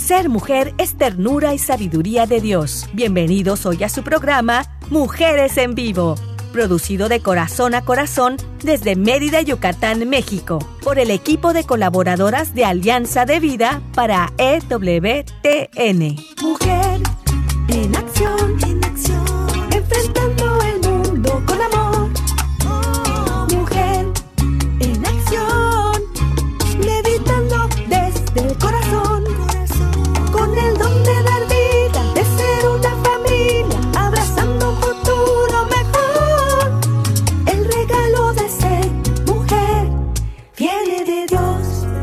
Ser mujer es ternura y sabiduría de Dios. Bienvenidos hoy a su programa Mujeres en Vivo, producido de corazón a corazón desde Mérida, Yucatán, México, por el equipo de colaboradoras de Alianza de Vida para EWTN. Mujer en acción, enfrentando el mundo con amor. Mujer en acción, meditando desde el corazón, con el don de dar vida, de ser una familia, abrazando un futuro mejor. El regalo de ser mujer viene de Dios.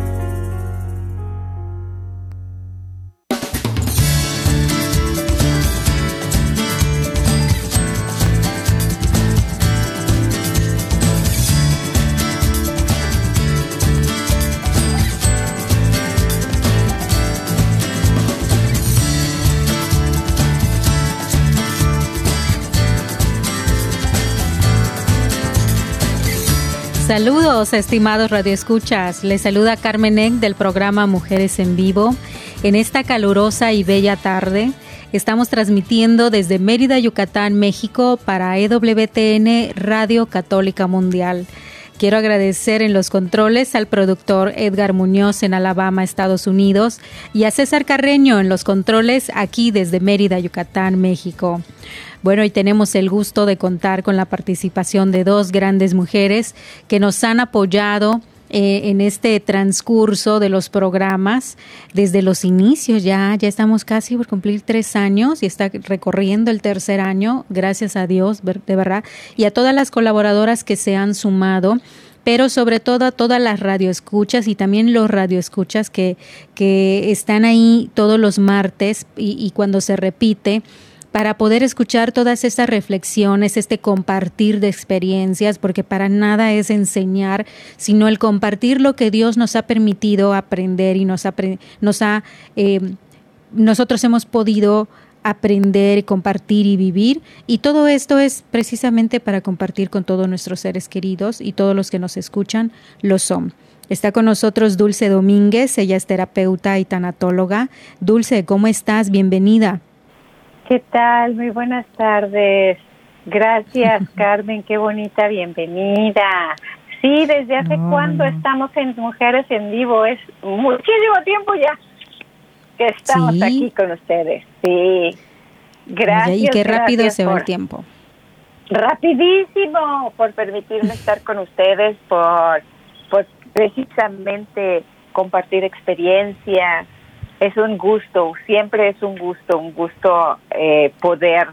Saludos, estimados radioescuchas. Les saluda Carmen Eck del programa Mujeres en Vivo. En esta calurosa y bella tarde, estamos transmitiendo desde Mérida, Yucatán, México, para EWTN Radio Católica Mundial. Quiero agradecer en los controles al productor Edgar Muñoz en Alabama, Estados Unidos, y a César Carreño en los controles aquí desde Mérida, Yucatán, México. Bueno, y tenemos el gusto de contar con la participación de dos grandes mujeres que nos han apoyado en este transcurso de los programas desde los inicios. Ya estamos casi por cumplir 3 años y está recorriendo el tercer año, gracias a Dios, de verdad, y a todas las colaboradoras que se han sumado, pero sobre todo a todas las radioescuchas y también los radioescuchas que están ahí todos los martes y cuando se repite, para poder escuchar todas estas reflexiones, este compartir de experiencias, porque para nada es enseñar, sino el compartir lo que Dios nos ha permitido aprender y nosotros hemos podido aprender, compartir y vivir, y todo esto es precisamente para compartir con todos nuestros seres queridos, y todos los que nos escuchan lo son. Está con nosotros Dulce Domínguez, ella es terapeuta y tanatóloga. Dulce, ¿cómo estás? Bienvenida. ¿Qué tal? Muy buenas tardes. Gracias, Carmen. Qué bonita bienvenida. Sí, ¿desde hace cuándo estamos en Mujeres en Vivo? Es muchísimo tiempo ya que estamos aquí con ustedes. Sí. Gracias. Y qué rápido se va el tiempo. Rapidísimo, por permitirme estar con ustedes, por precisamente compartir experiencias. Es un gusto, siempre es un gusto poder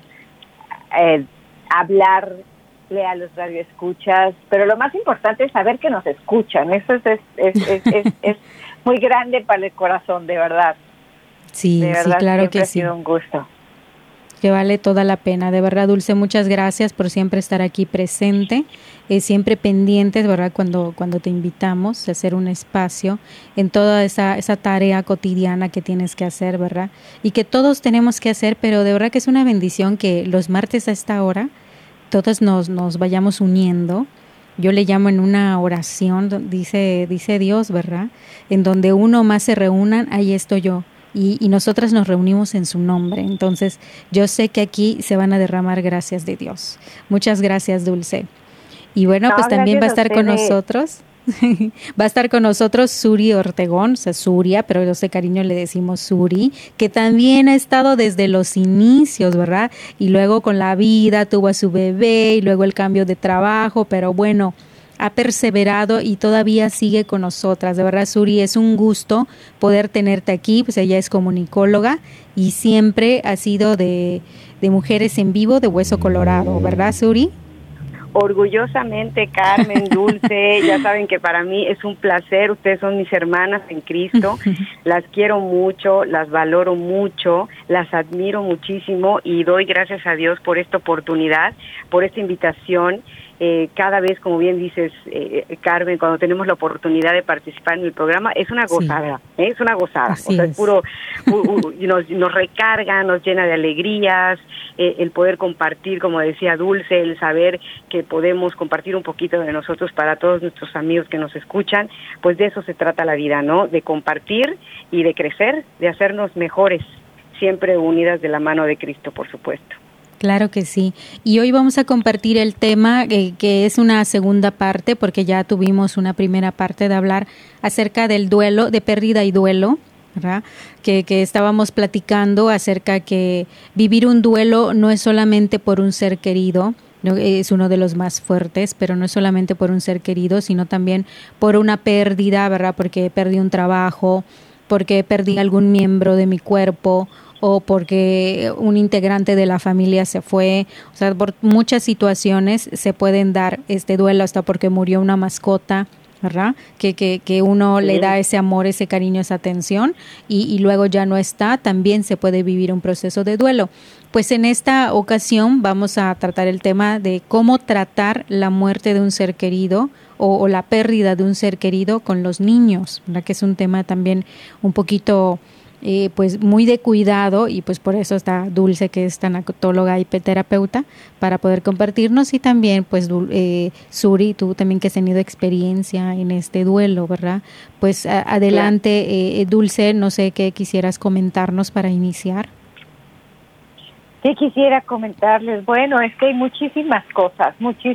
hablarle a los radioescuchas, pero lo más importante es saber que nos escuchan. Eso es muy grande para el corazón, de verdad. Sí, de verdad, sí, claro que sí. Ha sido un gusto. Que vale toda la pena. De verdad, Dulce, muchas gracias por siempre estar aquí presente, siempre pendientes, ¿verdad? Cuando te invitamos a hacer un espacio en toda esa tarea cotidiana que tienes que hacer, ¿verdad? Y que todos tenemos que hacer, pero de verdad que es una bendición que los martes a esta hora todos nos vayamos uniendo. Yo le llamo en una oración, dice Dios, ¿verdad? En donde uno más se reúnan, ahí estoy yo. Y nosotras nos reunimos en su nombre. Entonces, yo sé que aquí se van a derramar gracias de Dios. Muchas gracias, Dulce. Y bueno, pues también va a estar con nosotros. Va a estar con nosotros Suri Ortegón, o sea, Suria, pero de cariño le decimos Suri, que también ha estado desde los inicios, ¿verdad? Y luego con la vida tuvo a su bebé y luego el cambio de trabajo, pero bueno, ha perseverado y todavía sigue con nosotras. De verdad, Suri, es un gusto poder tenerte aquí, pues ella es comunicóloga y siempre ha sido de Mujeres en Vivo de Hueso Colorado, ¿verdad, Suri? Orgullosamente, Carmen, Dulce, ya saben que para mí es un placer, ustedes son mis hermanas en Cristo, las quiero mucho, las valoro mucho, las admiro muchísimo y doy gracias a Dios por esta oportunidad, por esta invitación. cada vez, como bien dices, Carmen, cuando tenemos la oportunidad de participar en el programa, es una gozada, es una gozada. Así o sea, es puro, nos recarga, nos llena de alegrías, el poder compartir, como decía Dulce, el saber que podemos compartir un poquito de nosotros para todos nuestros amigos que nos escuchan, pues de eso se trata la vida, ¿no? De compartir y de crecer, de hacernos mejores, siempre unidas de la mano de Cristo, por supuesto. Claro que sí. Y hoy vamos a compartir el tema que es una segunda parte, porque ya tuvimos una primera parte de hablar acerca del duelo, de pérdida y duelo, ¿verdad? Que estábamos platicando acerca que vivir un duelo no es solamente por un ser querido, ¿no? Es uno de los más fuertes, pero no es solamente por un ser querido, sino también por una pérdida, ¿verdad? Porque perdí un trabajo, porque perdí algún miembro de mi cuerpo, o porque un integrante de la familia se fue. O sea, por muchas situaciones se pueden dar este duelo, hasta porque murió una mascota, ¿verdad? Que uno le da ese amor, ese cariño, esa atención, y luego ya no está. También se puede vivir un proceso de duelo. Pues en esta ocasión vamos a tratar el tema de cómo tratar la muerte de un ser querido o la pérdida de un ser querido con los niños, ¿verdad? Que es un tema también un poquito pues muy de cuidado, y pues por eso está Dulce, que es tanatóloga y terapeuta, para poder compartirnos, y también pues Suri, tú también que has tenido experiencia en este duelo, ¿verdad? Pues adelante, Dulce, no sé qué quisieras comentarnos para iniciar. ¿Qué quisiera comentarles? Bueno, es que hay muchísimas cosas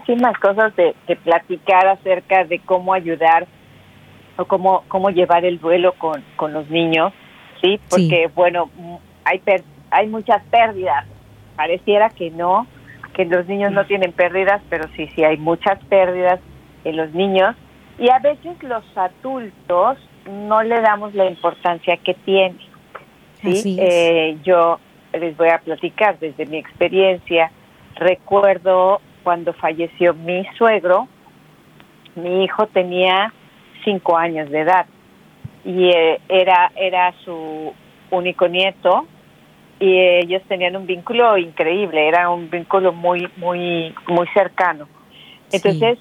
de platicar acerca de cómo ayudar o cómo llevar el duelo con los niños. Sí, porque bueno, hay muchas pérdidas. Pareciera que no, que los niños no tienen pérdidas, pero sí hay muchas pérdidas en los niños, y a veces los adultos no le damos la importancia que tiene. Sí, yo les voy a platicar desde mi experiencia. Recuerdo cuando falleció mi suegro, mi hijo tenía 5 años de edad. Y era su único nieto, y ellos tenían un vínculo increíble, era un vínculo muy muy muy cercano. Entonces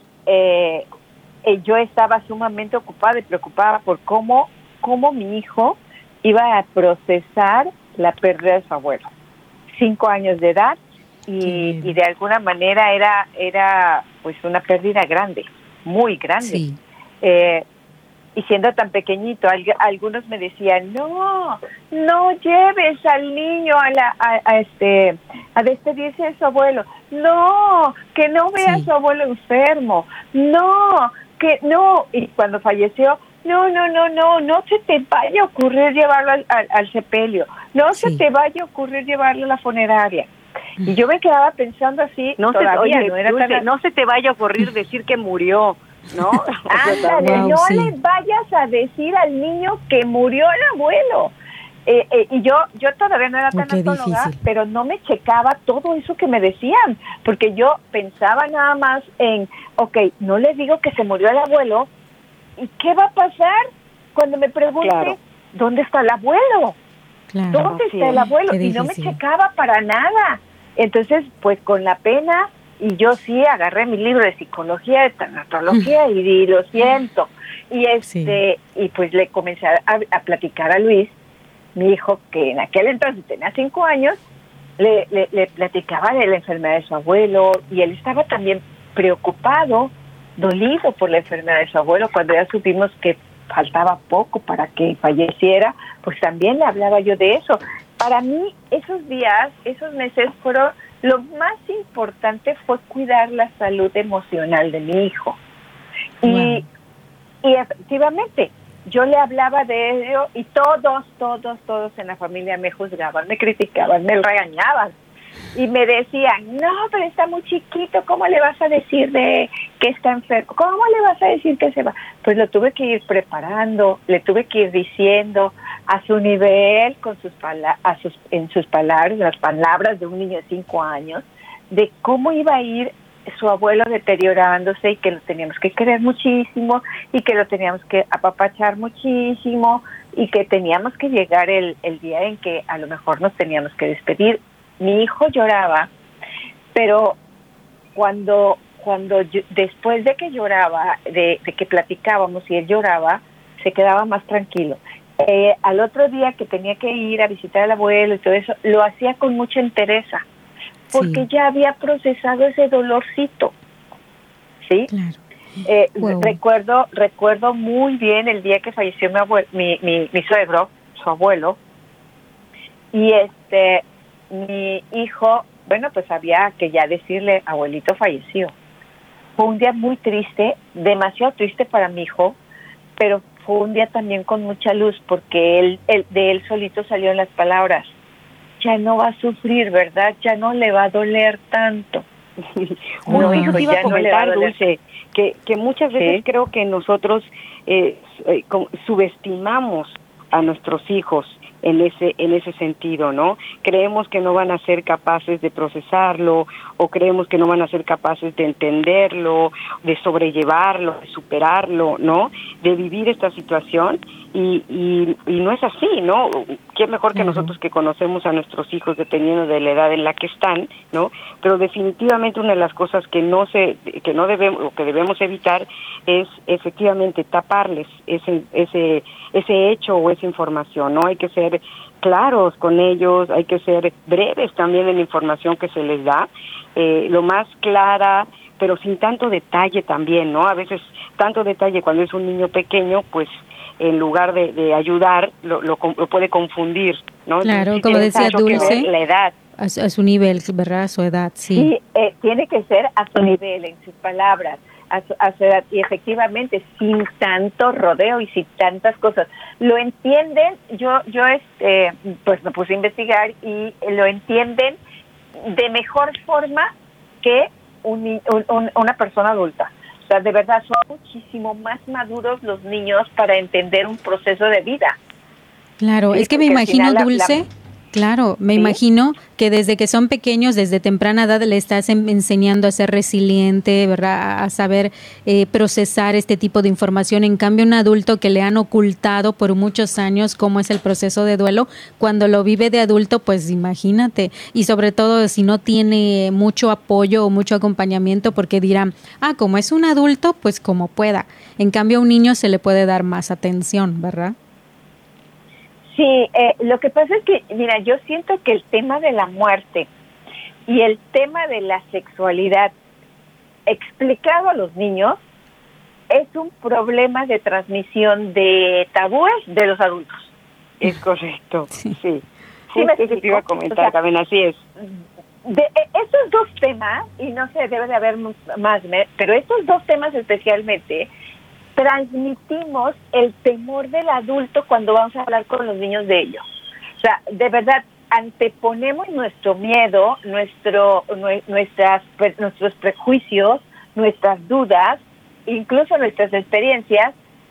yo estaba sumamente ocupada y preocupada por cómo mi hijo iba a procesar la pérdida de su abuelo. 5 años de edad, y de alguna manera era pues una pérdida grande, muy grande. Sí. Y siendo tan pequeñito, algunos me decían, no lleves al niño a despedirse de su abuelo, no, que no vea a su abuelo enfermo, no, y cuando falleció, no se te vaya a ocurrir llevarlo al sepelio, no se te vaya a ocurrir llevarlo a la funeraria. Y yo me quedaba pensando así, no se te vaya a ocurrir decir que murió, ¿no? Ándale, le vayas a decir al niño que murió el abuelo. Y yo todavía no era tanatóloga, pero no me checaba todo eso que me decían, porque yo pensaba nada más en, no le digo que se murió el abuelo, ¿y qué va a pasar cuando me pregunte dónde está el abuelo? ¿Dónde está el abuelo? Y no me checaba para nada. Entonces, pues con la pena, y yo sí agarré mi libro de psicología, de tanatología, y lo siento. Y y pues le comencé a platicar a Luis, mi hijo, que en aquel entonces tenía 5 años, le platicaba de la enfermedad de su abuelo, y él estaba también preocupado, dolido por la enfermedad de su abuelo. Cuando ya supimos que faltaba poco para que falleciera, pues también le hablaba yo de eso. Para mí, esos días, esos meses fueron... Lo más importante fue cuidar la salud emocional de mi hijo. Wow. Y efectivamente, yo le hablaba de ello, y todos en la familia me juzgaban, me criticaban, me regañaban. Y me decían, no, pero está muy chiquito, ¿cómo le vas a decir de que está enfermo? ¿Cómo le vas a decir que se va? Pues lo tuve que ir preparando, le tuve que ir diciendo a su nivel, con en sus palabras, las palabras de un niño de 5 años, de cómo iba a ir su abuelo deteriorándose, y que lo teníamos que querer muchísimo, y que lo teníamos que apapachar muchísimo, y que teníamos que llegar el día en que a lo mejor nos teníamos que despedir. Mi hijo lloraba, pero cuando después de que lloraba, de que platicábamos y él lloraba, se quedaba más tranquilo. Al otro día que tenía que ir a visitar al abuelo y todo eso, lo hacía con mucha entereza, porque ya había procesado ese dolorcito, ¿sí? Claro. Recuerdo muy bien el día que falleció mi suegro, su abuelo, y mi hijo, bueno, pues había que ya decirle, abuelito falleció. Fue un día muy triste, demasiado triste para mi hijo, pero fue un día también con mucha luz, porque de él solito salieron las palabras: ya no va a sufrir, ¿verdad? Ya no le va a doler tanto. Bueno, hijo, te iba a comentar, Dulce, que muchas veces creo que nosotros subestimamos a nuestros hijos en ese sentido, ¿no? Creemos que no van a ser capaces de procesarlo, o creemos que no van a ser capaces de entenderlo, de sobrellevarlo, de superarlo, ¿no? De vivir esta situación, y no es así, ¿no? Qué mejor que nosotros que conocemos a nuestros hijos dependiendo de la edad en la que están, ¿no? Pero definitivamente una de las cosas que debemos evitar es efectivamente taparles ese hecho o esa información, ¿no? Hay que ser claros con ellos, hay que ser breves también en la información que se les da, lo más clara, pero sin tanto detalle también, ¿no? A veces tanto detalle cuando es un niño pequeño, pues en lugar de ayudar, lo puede confundir, ¿no? Claro, entonces, como decía Dulce, la edad. A su nivel, ¿verdad? A su edad, sí. Sí, tiene que ser a su nivel, en sus palabras, a su edad, y efectivamente, sin tanto rodeo y sin tantas cosas. Lo entienden, yo pues me puse a investigar y lo entienden de mejor forma que una persona adulta. O sea, de verdad, son muchísimo más maduros los niños para entender un proceso de vida. Claro, Sí, es que me imagino, Dulce, claro, me imagino que desde que son pequeños, desde temprana edad, le estás enseñando a ser resiliente, ¿verdad? A saber procesar este tipo de información. En cambio, un adulto que le han ocultado por muchos años cómo es el proceso de duelo, cuando lo vive de adulto, pues imagínate. Y sobre todo si no tiene mucho apoyo o mucho acompañamiento, porque dirán, como es un adulto, pues como pueda. En cambio, a un niño se le puede dar más atención, ¿verdad? Sí, lo que pasa es que, mira, yo siento que el tema de la muerte y el tema de la sexualidad explicado a los niños es un problema de transmisión de tabúes de los adultos. Es correcto, sí. Sí, eso te iba a comentar, también así es. Estos dos temas, y no sé, debe de haber más, pero estos dos temas especialmente transmitimos el temor del adulto cuando vamos a hablar con los niños de ello. O sea, de verdad, anteponemos nuestro miedo, nuestros prejuicios, nuestras dudas, incluso nuestras experiencias,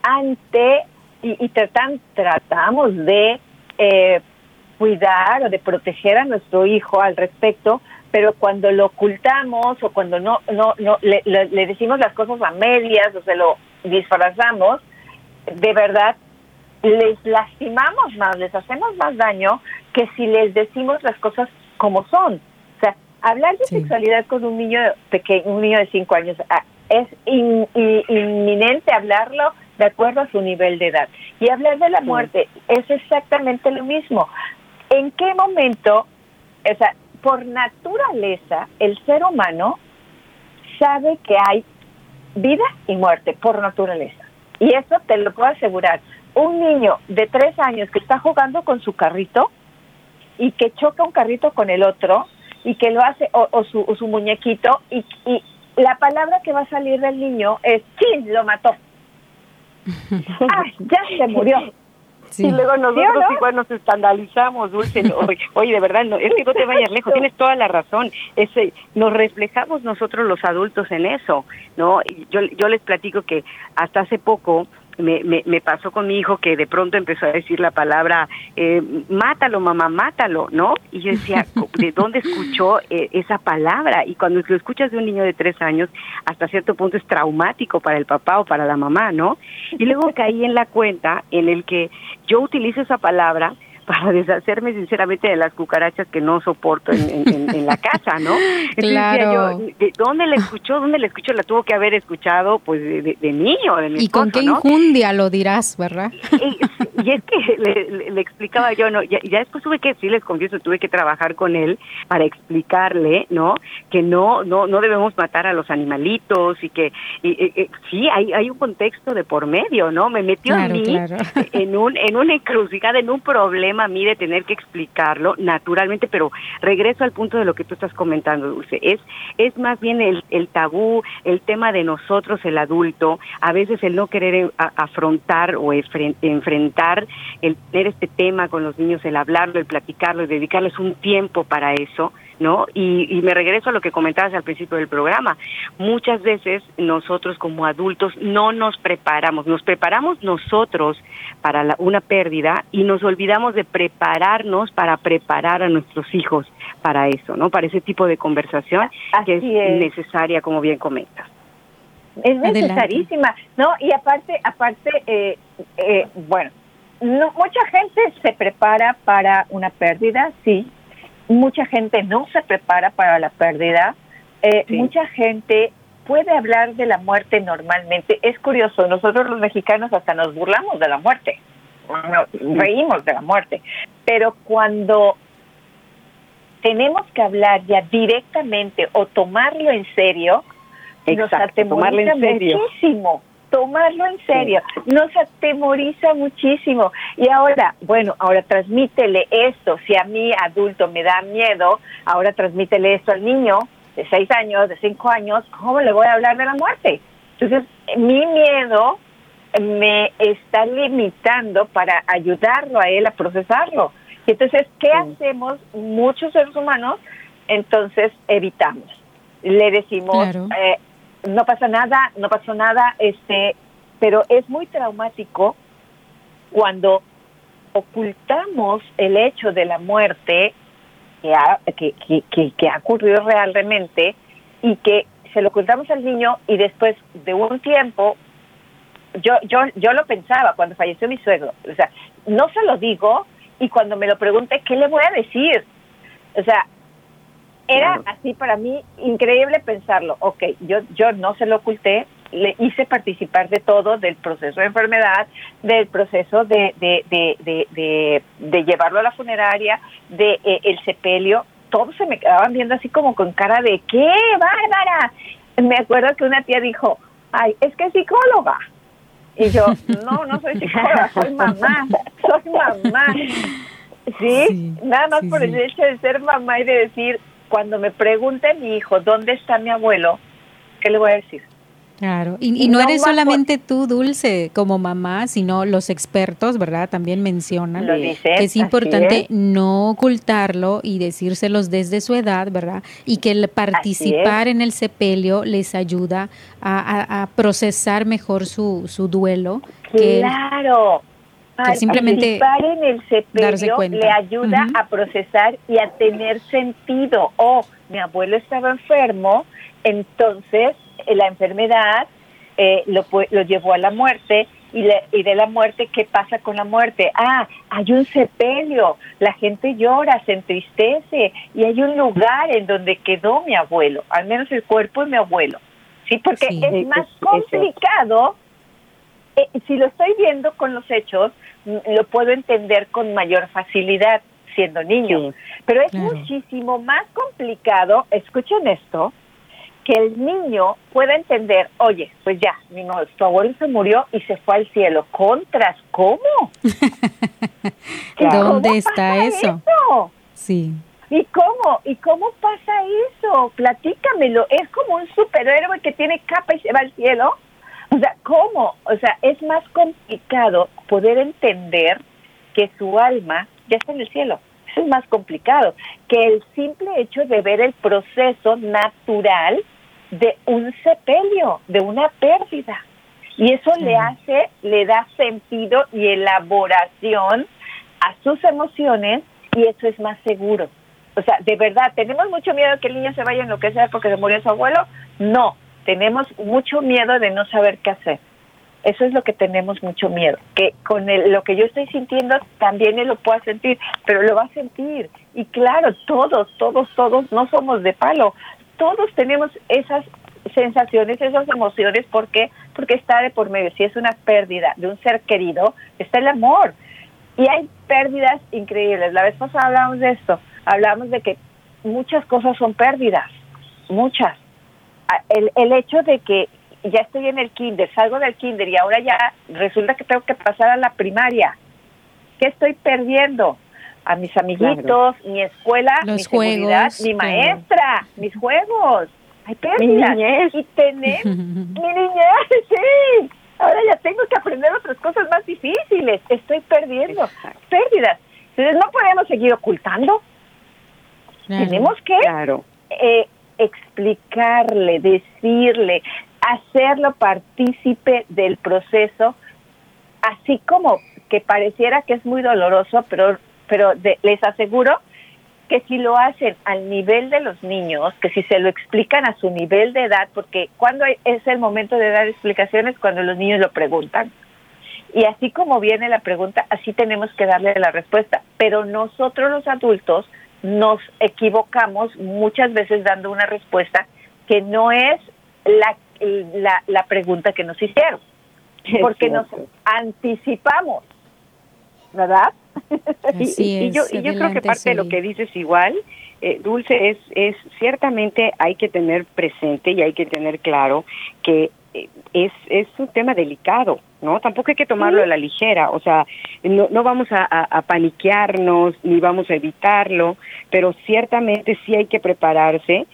y tratamos de cuidar o de proteger a nuestro hijo al respecto, pero cuando lo ocultamos o cuando no le decimos las cosas a medias o se lo disfrazamos, de verdad les lastimamos más, les hacemos más daño que si les decimos las cosas como son. O sea, hablar de sexualidad con un niño pequeño, un niño de 5 años, es inminente hablarlo de acuerdo a su nivel de edad. Y hablar de la muerte es exactamente lo mismo. ¿En qué momento, o sea, por naturaleza, el ser humano sabe que hay vida y muerte, por naturaleza? Y eso te lo puedo asegurar. Un niño de 3 años que está jugando con su carrito y que choca un carrito con el otro y que lo hace, o su muñequito, y la palabra que va a salir del niño es ¡chin! Lo mató. Ya se murió. Sí. Y luego nosotros igual nos escandalizamos, Dulce. Oye, de verdad, es que no te vayas lejos, tienes toda la razón. Nos reflejamos nosotros los adultos en eso, ¿no? Yo les platico que hasta hace poco me pasó con mi hijo que de pronto empezó a decir la palabra mátalo, mamá, mátalo, ¿no? Y yo decía, ¿de dónde escuchó esa palabra? Y cuando lo escuchas de un niño de 3 años, hasta cierto punto es traumático para el papá o para la mamá, ¿no? Y luego caí en la cuenta en el que yo utilizo esa palabra para deshacerme sinceramente de las cucarachas que no soporto en la casa, ¿no? Entonces, claro. decía yo, ¿de dónde la escuchó? ¿Dónde la escuchó? La tuvo que haber escuchado pues de mí o de mi esposo, ¿Y con qué ¿no? injundia lo dirás, verdad? Y es que le explicaba yo, ¿no? Ya después sí les confieso, tuve que trabajar con él para explicarle, ¿no? Que no debemos matar a los animalitos y que sí, hay un contexto de por medio, ¿no? Me metió a mí en una encrucijada, en un problema a mí de tener que explicarlo naturalmente, pero regreso al punto de lo que tú estás comentando, Dulce. Es más bien el tabú, el tema de nosotros, el adulto, a veces el no querer afrontar o enfrentar, el tener este tema con los niños, el hablarlo, el platicarlo, el dedicarles un tiempo para eso, ¿no? Y me regreso a lo que comentabas al principio del programa. Muchas veces nosotros como adultos no nos preparamos nosotros para una pérdida y nos olvidamos de prepararnos para preparar a nuestros hijos para eso, ¿no? Para ese tipo de conversación que es necesaria, como bien comentas. Es necesarísima, ¿no? Y aparte, bueno, no, mucha gente se prepara para una pérdida, sí. Mucha gente no se prepara para la pérdida. Sí. Mucha gente puede hablar de la muerte normalmente. Es curioso, nosotros los mexicanos hasta nos burlamos de la muerte, reímos de la muerte, pero cuando tenemos que hablar ya directamente o tomarlo en serio, nos atemoriza muchísimo. Tomarlo en serio, nos atemoriza muchísimo. Y ahora transmítele esto. Si a mí, adulto, me da miedo, ahora transmítele esto al niño de 6 años, de 5 años, ¿cómo le voy a hablar de la muerte? Entonces, mi miedo me está limitando para ayudarlo a él a procesarlo. Y entonces, ¿qué hacemos muchos seres humanos? Entonces, evitamos. Le decimos... no pasó nada, pero es muy traumático cuando ocultamos el hecho de la muerte que ha ocurrido realmente y que se lo ocultamos al niño y después de un tiempo, yo lo pensaba cuando falleció mi suegro, o sea, no se lo digo y cuando me lo pregunte, ¿qué le voy a decir? O sea, era así para mí increíble pensarlo. Okay, yo no se lo oculté, le hice participar de todo, del proceso de enfermedad, del proceso de llevarlo a la funeraria, de el sepelio. Todos se me quedaban viendo así como con cara de ¿qué, Bárbara? Me acuerdo que una tía dijo, ay, es que es psicóloga. Y yo, no soy psicóloga, soy mamá. Sí, nada más por el hecho de ser mamá y de decir, cuando me pregunte mi hijo, ¿dónde está mi abuelo? ¿Qué le voy a decir? Claro, y no eres solamente tú, Dulce, como mamá, sino los expertos, ¿verdad? También mencionan que es importante no ocultarlo y decírselos desde su edad, ¿verdad? Y que el participar en el sepelio les ayuda a procesar mejor su duelo. Claro. Que simplemente participar en el sepelio le ayuda a procesar y a tener sentido. Mi abuelo estaba enfermo, entonces la enfermedad lo llevó a la muerte y de la muerte, ¿qué pasa con la muerte? Hay un sepelio, la gente llora, se entristece y hay un lugar en donde quedó mi abuelo, al menos el cuerpo de mi abuelo. Sí, porque es más complicado. Si lo estoy viendo con los hechos, lo puedo entender con mayor facilidad siendo niño. Pero es muchísimo más complicado, escuchen esto, que el niño pueda entender, oye, pues ya, tu abuelo se murió y se fue al cielo. ¿Contras? ¿Cómo? ¿Dónde está eso? Sí. ¿Y cómo pasa eso? Platícamelo. ¿Es como un superhéroe que tiene capa y se va al cielo? O sea, ¿cómo? O sea, es más complicado poder entender que su alma ya está en el cielo. Eso es más complicado que el simple hecho de ver el proceso natural de un sepelio, de una pérdida. Y eso le da sentido y elaboración a sus emociones y eso es más seguro. O sea, de verdad, ¿tenemos mucho miedo de que el niño se vaya a enloquecer porque se murió su abuelo? No. Tenemos mucho miedo de no saber qué hacer. Eso es lo que tenemos mucho miedo, que con lo que yo estoy sintiendo también él lo pueda sentir, pero lo va a sentir. Y claro, todos no somos de palo, todos tenemos esas sensaciones, esas emociones. ¿Por qué? Porque está de por medio. Si es una pérdida de un ser querido, está el amor. Y hay pérdidas increíbles. La vez pasada hablamos de esto, hablamos de que muchas cosas son pérdidas, muchas. El hecho de que ya estoy en el kinder, salgo del kinder y ahora ya resulta que tengo que pasar a la primaria. ¿Qué estoy perdiendo? A mis amiguitos, claro, mi escuela, mi seguridad, mi maestra, mis juegos. Hay pérdidas. Mi niñez. Y tenemos mi niñez, sí. Ahora ya tengo que aprender otras cosas más difíciles. Estoy perdiendo. Pérdidas. Entonces no podemos seguir ocultando. Claro. Tenemos que explicarle, decirle, hacerlo partícipe del proceso, así como que pareciera que es muy doloroso, pero les aseguro que si lo hacen al nivel de los niños, que si se lo explican a su nivel de edad, porque cuando es el momento de dar explicaciones, cuando los niños lo preguntan. Y así como viene la pregunta, así tenemos que darle la respuesta. Pero nosotros los adultos nos equivocamos muchas veces dando una respuesta que no es la pregunta que nos hicieron, porque nos anticipamos, ¿verdad? Y yo creo que parte de lo que dices igual, Dulce, es ciertamente hay que tener presente y hay que tener claro que es un tema delicado, ¿no? Tampoco hay que tomarlo a la ligera, o sea, no vamos a paniquearnos ni vamos a evitarlo, pero ciertamente sí hay que prepararse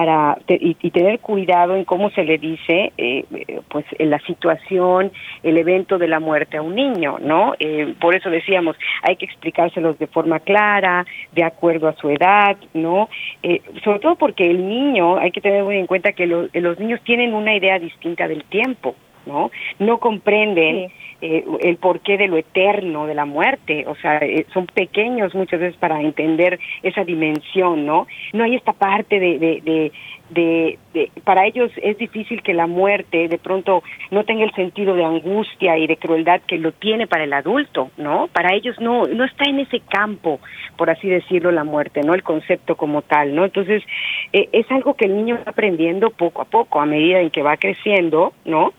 y tener cuidado en cómo se le dice, pues, en la situación, el evento de la muerte a un niño, ¿no? Por eso decíamos, hay que explicárselos de forma clara, de acuerdo a su edad, ¿no? Sobre todo porque el niño, hay que tener muy en cuenta que los niños tienen una idea distinta del tiempo, ¿no? No comprenden el porqué de lo eterno de la muerte, o sea, son pequeños muchas veces para entender esa dimensión, ¿no? No hay esta parte de para ellos es difícil que la muerte de pronto no tenga el sentido de angustia y de crueldad que lo tiene para el adulto, ¿no? Para ellos no está en ese campo, por así decirlo, la muerte, ¿no? El concepto como tal, ¿no? Entonces, es algo que el niño va aprendiendo poco a poco, a medida en que va creciendo, ¿no?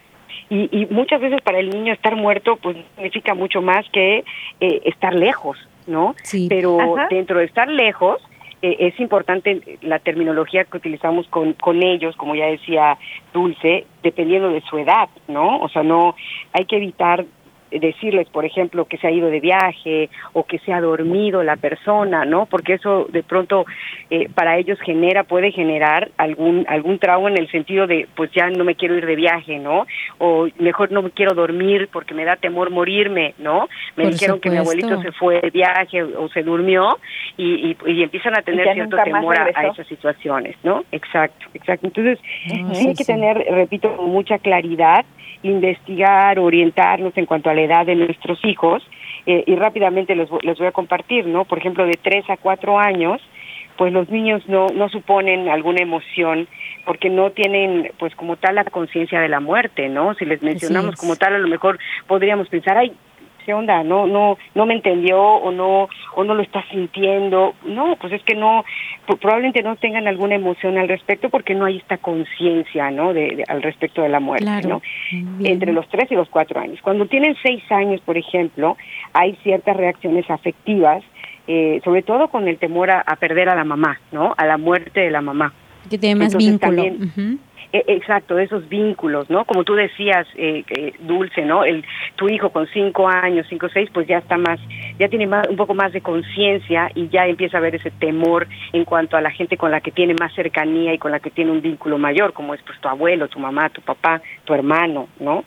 Y muchas veces para el niño estar muerto pues significa mucho más que estar lejos, ¿no? Sí. Pero dentro de estar lejos es importante la terminología que utilizamos con ellos, como ya decía Dulce, dependiendo de su edad, ¿no? O sea, no hay que evitar decirles, por ejemplo, que se ha ido de viaje o que se ha dormido la persona, ¿no? Porque eso de pronto para ellos puede generar algún trauma en el sentido de, pues ya no me quiero ir de viaje, ¿no? O mejor no me quiero dormir porque me da temor morirme, ¿no? Me dijeron que mi abuelito se fue de viaje o se durmió y empiezan a tener cierto temor a esas situaciones, ¿no? Exacto. Entonces, sí hay que tener, repito, mucha claridad, investigar, orientarnos en cuanto a la edad de nuestros hijos, y rápidamente les voy a compartir, ¿no? Por ejemplo, de 3 a 4 años, pues los niños no suponen alguna emoción porque no tienen, pues como tal, la conciencia de la muerte, ¿no? Si les mencionamos como tal, a lo mejor podríamos pensar, ay, ¿qué onda? No me entendió o no lo está sintiendo. No, pues es que probablemente no tengan alguna emoción al respecto porque no hay esta conciencia, ¿no? Al respecto de la muerte, claro, ¿no? Entre los 3 y los 4 años. Cuando tienen 6 años, por ejemplo, hay ciertas reacciones afectivas, sobre todo con el temor a perder a la mamá, ¿no? A la muerte de la mamá. Que tiene más vínculo. También, exacto, esos vínculos, ¿no? Como tú decías, Dulce, ¿no? Tu hijo con 5 años, 5 o 6, pues ya tiene un poco más de conciencia y ya empieza a ver ese temor en cuanto a la gente con la que tiene más cercanía y con la que tiene un vínculo mayor, como es pues tu abuelo, tu mamá, tu papá, tu hermano, ¿no?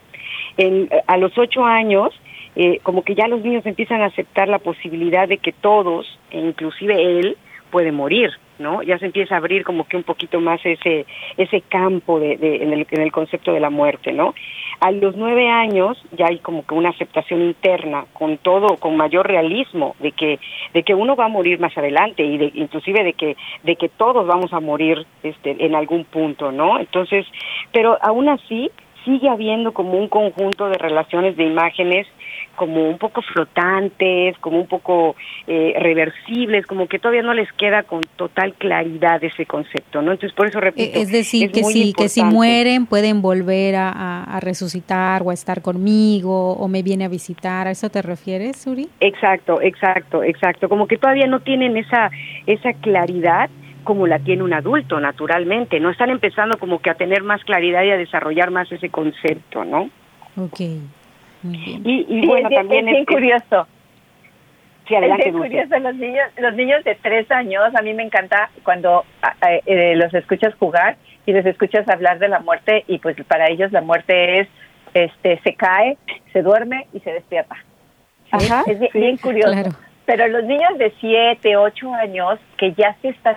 A los 8 años, como que ya los niños empiezan a aceptar la posibilidad de que todos, e inclusive él, puede morir, ¿no? Ya se empieza a abrir como que un poquito más ese campo en el concepto de la muerte, ¿no? A los 9 años ya hay como que una aceptación interna con mayor realismo de que uno va a morir más adelante y inclusive de que todos vamos a morir en algún punto, ¿no? Entonces, pero aún así sigue habiendo como un conjunto de relaciones de imágenes como un poco flotantes, como un poco reversibles, como que todavía no les queda con total claridad ese concepto, ¿no? Entonces, por eso repito, es decir, que si mueren pueden volver a resucitar o a estar conmigo o me viene a visitar. ¿A eso te refieres, Suri? Exacto. Como que todavía no tienen esa claridad como la tiene un adulto, naturalmente. No están empezando como que a tener más claridad y a desarrollar más ese concepto, ¿no? Okay. Muy bien. Y bueno, también es bien curioso. Sí, adelante, es curioso, los niños de 3 años, a mí me encanta cuando los escuchas jugar y les escuchas hablar de la muerte, y pues para ellos la muerte es, se cae, se duerme y se despierta. ¿Sí? Ajá, es bien curioso. Claro. Pero los niños de 7, 8 años que ya se están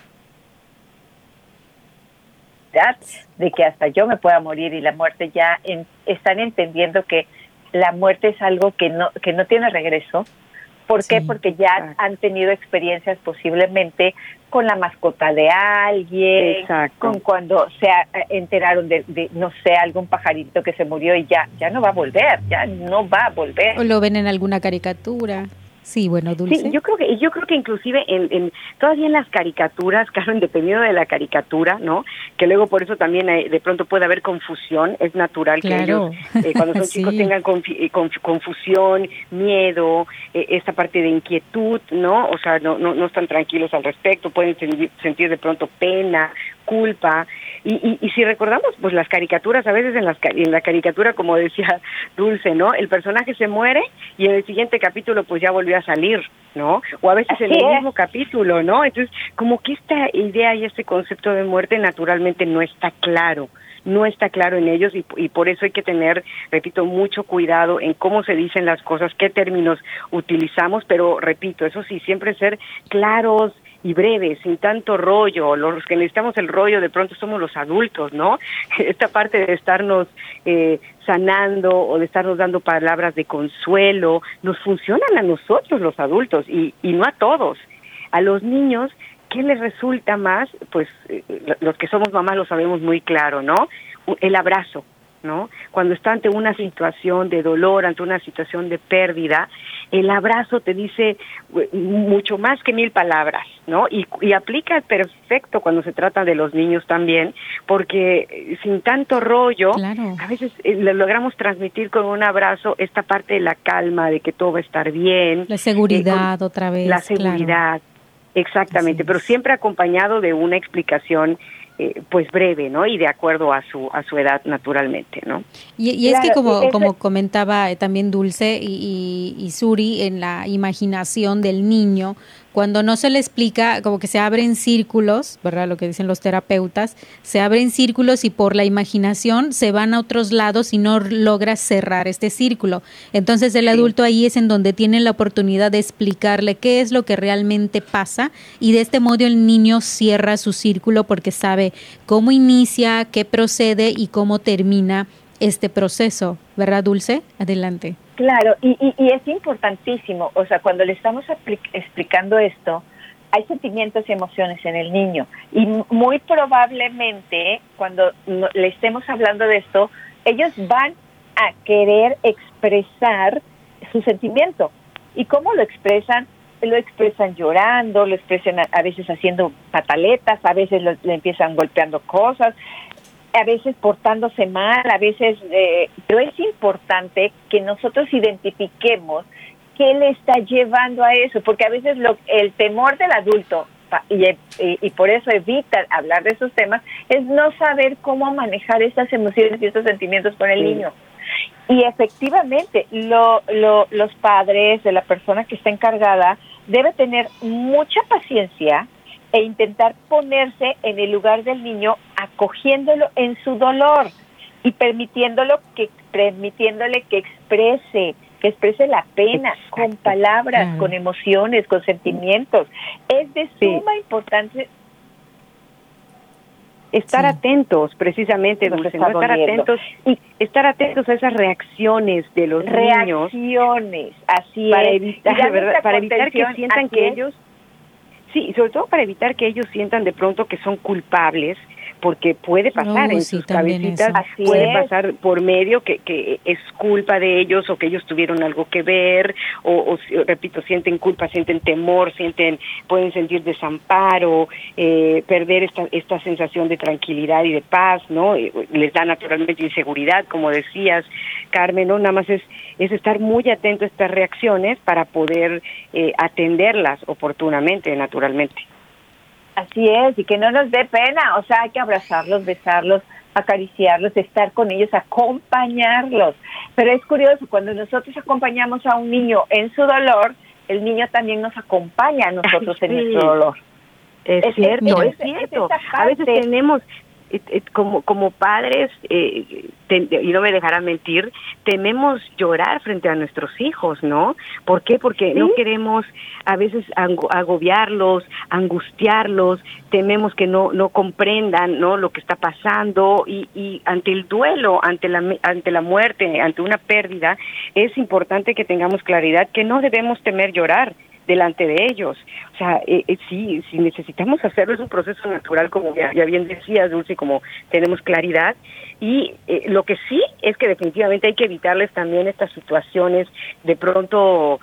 de que hasta yo me pueda morir y la muerte ya están entendiendo que la muerte es algo que no tiene regreso. ¿Por qué? Porque ya han tenido experiencias posiblemente con la mascota de alguien, con cuando se enteraron de no sé, algún pajarito que se murió y ya no va a volver, O lo ven en alguna caricatura. Sí, bueno, Dulce. Sí, yo creo que inclusive todavía en las caricaturas, claro, dependiendo de la caricatura, ¿no? Que luego por eso también de pronto puede haber confusión. Es natural que ellos, cuando son chicos, tengan confusión, miedo, esta parte de inquietud, ¿no? O sea, no están tranquilos al respecto, pueden sentir de pronto pena, culpa. Y si recordamos, pues las caricaturas, a veces en la caricatura, como decía Dulce, ¿no? El personaje se muere y en el siguiente capítulo pues ya volvió a salir, ¿no? O a veces en el mismo capítulo, ¿no? Entonces, como que esta idea y este concepto de muerte naturalmente no está claro en ellos, y por eso hay que tener, repito, mucho cuidado en cómo se dicen las cosas, qué términos utilizamos, pero repito, eso sí, siempre ser claros y breves, sin tanto rollo. Los que necesitamos el rollo de pronto somos los adultos, ¿no? Esta parte de estarnos sanando o de estarnos dando palabras de consuelo, nos funcionan a nosotros los adultos y no a todos. A los niños, ¿qué les resulta más? Pues los que somos mamás lo sabemos muy claro, ¿no? El abrazo, ¿no? Cuando está ante una situación de dolor, ante una situación de pérdida, el abrazo te dice mucho más que 1000 palabras, ¿no? Y aplica perfecto cuando se trata de los niños también, porque sin tanto rollo, a veces le logramos transmitir con un abrazo esta parte de la calma, de que todo va a estar bien. La seguridad otra vez. La seguridad, exactamente, pero siempre acompañado de una explicación pues breve, ¿no? Y de acuerdo a su edad, naturalmente, ¿no? Y es que como comentaba también Dulce y Suri, en la imaginación del niño, cuando no se le explica, como que se abren círculos, ¿verdad? Lo que dicen los terapeutas, se abren círculos y por la imaginación se van a otros lados y no logras cerrar este círculo. Entonces el adulto ahí es en donde tiene la oportunidad de explicarle qué es lo que realmente pasa, y de este modo el niño cierra su círculo porque sabe cómo inicia, qué procede y cómo termina este proceso, ¿verdad, Dulce? Adelante. Claro, y es importantísimo, o sea, cuando le estamos explicando esto, hay sentimientos y emociones en el niño, y muy probablemente cuando le estemos hablando de esto, ellos van a querer expresar su sentimiento. ¿Y cómo lo expresan? Lo expresan llorando, lo expresan a veces haciendo pataletas, a veces le empiezan golpeando cosas, a veces portándose mal, a veces, pero es importante que nosotros identifiquemos qué le está llevando a eso, porque a veces el temor del adulto, y por eso evita hablar de esos temas, es no saber cómo manejar estas emociones y estos sentimientos con el niño. Y efectivamente, los padres de la persona que está encargada debe tener mucha paciencia e intentar ponerse en el lugar del niño, acogiéndolo en su dolor y permitiéndole que exprese la pena con palabras, con emociones, con sentimientos. Es de suma importancia estar atentos, precisamente, Dulce, estar atentos a esas reacciones de los niños. Reacciones, así para es. Evitar, ¿verdad? Para evitar que sientan que ellos... Sí, sobre todo para evitar que ellos sientan de pronto que son culpables porque puede pasar en sus cabecitas, puede pasar por medio que es culpa de ellos o que ellos tuvieron algo que ver, o repito, sienten culpa, sienten temor, pueden sentir desamparo, perder esta sensación de tranquilidad y de paz, ¿no? Les da naturalmente inseguridad, como decías, Carmen, ¿no? Nada más es estar muy atento a estas reacciones para poder atenderlas oportunamente, naturalmente. Así es, y que no nos dé pena, o sea, hay que abrazarlos, besarlos, acariciarlos, estar con ellos, acompañarlos. Pero es curioso, cuando nosotros acompañamos a un niño en su dolor, el niño también nos acompaña a nosotros en nuestro dolor. Es cierto. A veces tenemos, como padres, y no me dejará mentir, tememos llorar frente a nuestros hijos, ¿no? ¿Por qué? Porque no queremos a veces agobiarlos, angustiarlos, tememos que no comprendan, ¿no?, lo que está pasando, y ante el duelo, ante la muerte, ante una pérdida, es importante que tengamos claridad que no debemos temer llorar delante de ellos. O sea, si necesitamos hacerlo, es un proceso natural, como ya bien decías, Dulce, como tenemos claridad, y lo que sí es que definitivamente hay que evitarles también estas situaciones de pronto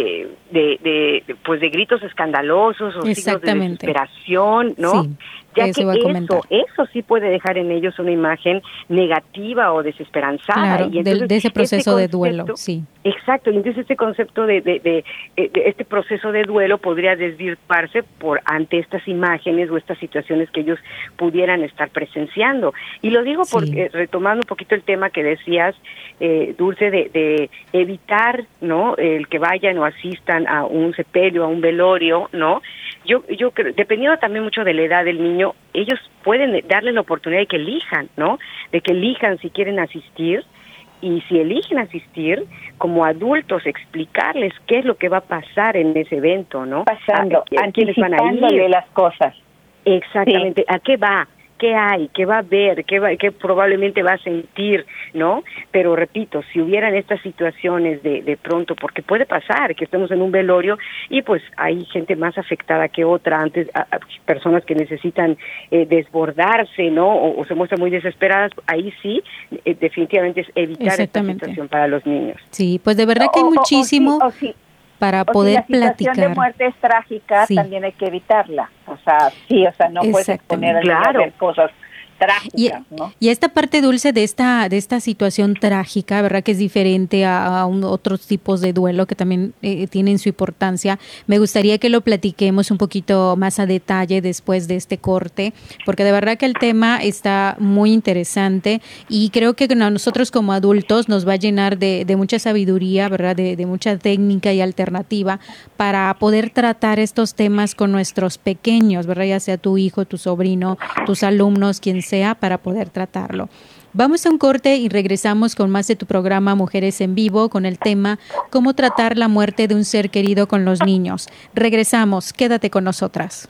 de gritos escandalosos o signos de desesperación, ¿no? Sí. Ya que eso sí puede dejar en ellos una imagen negativa o desesperanzada. Claro, y entonces, de ese proceso de duelo, sí. Exacto, y entonces este concepto de este proceso de duelo podría desvirtuarse ante estas imágenes o estas situaciones que ellos pudieran estar presenciando. Y lo digo porque, retomando un poquito el tema que decías, Dulce, de evitar, ¿no?, el que vayan o asistan a un sepelio, a un velorio, ¿no? Yo creo, dependiendo también mucho de la edad del niño, ellos pueden darle la oportunidad de que elijan, ¿no? De que elijan si quieren asistir, y si eligen asistir, como adultos, explicarles qué es lo que va a pasar en ese evento, ¿no? ¿A quiénes van a ir? Las cosas. Exactamente, sí. ¿A qué va? ¿Qué hay? ¿Qué va a ver? ¿Qué probablemente va a sentir? ¿No? Pero repito, si hubieran estas situaciones de pronto, porque puede pasar que estemos en un velorio y pues hay gente más afectada que otra, antes personas que necesitan desbordarse, ¿no? O se muestran muy desesperadas, ahí sí, definitivamente es evitar esta situación para los niños. Sí, pues de verdad que hay muchísimo para poder platicar. Si la situación de muerte es trágica, también hay que evitarla. O sea, no puedes exponer a ver cosas trágicas, ¿no? Y esta parte, Dulce, de esta situación trágica, ¿verdad?, que es diferente a otros tipos de duelo que también tienen su importancia. Me gustaría que lo platiquemos un poquito más a detalle después de este corte, porque de verdad que el tema está muy interesante y creo que a nosotros como adultos nos va a llenar de mucha sabiduría, ¿verdad?, de mucha técnica y alternativa para poder tratar estos temas con nuestros pequeños, ¿verdad?, ya sea tu hijo, tu sobrino, tus alumnos, quien sea, para poder tratarlo. Vamos a un corte y regresamos con más de tu programa Mujeres en Vivo con el tema ¿Cómo tratar la muerte de un ser querido con los niños? Regresamos, quédate con nosotras.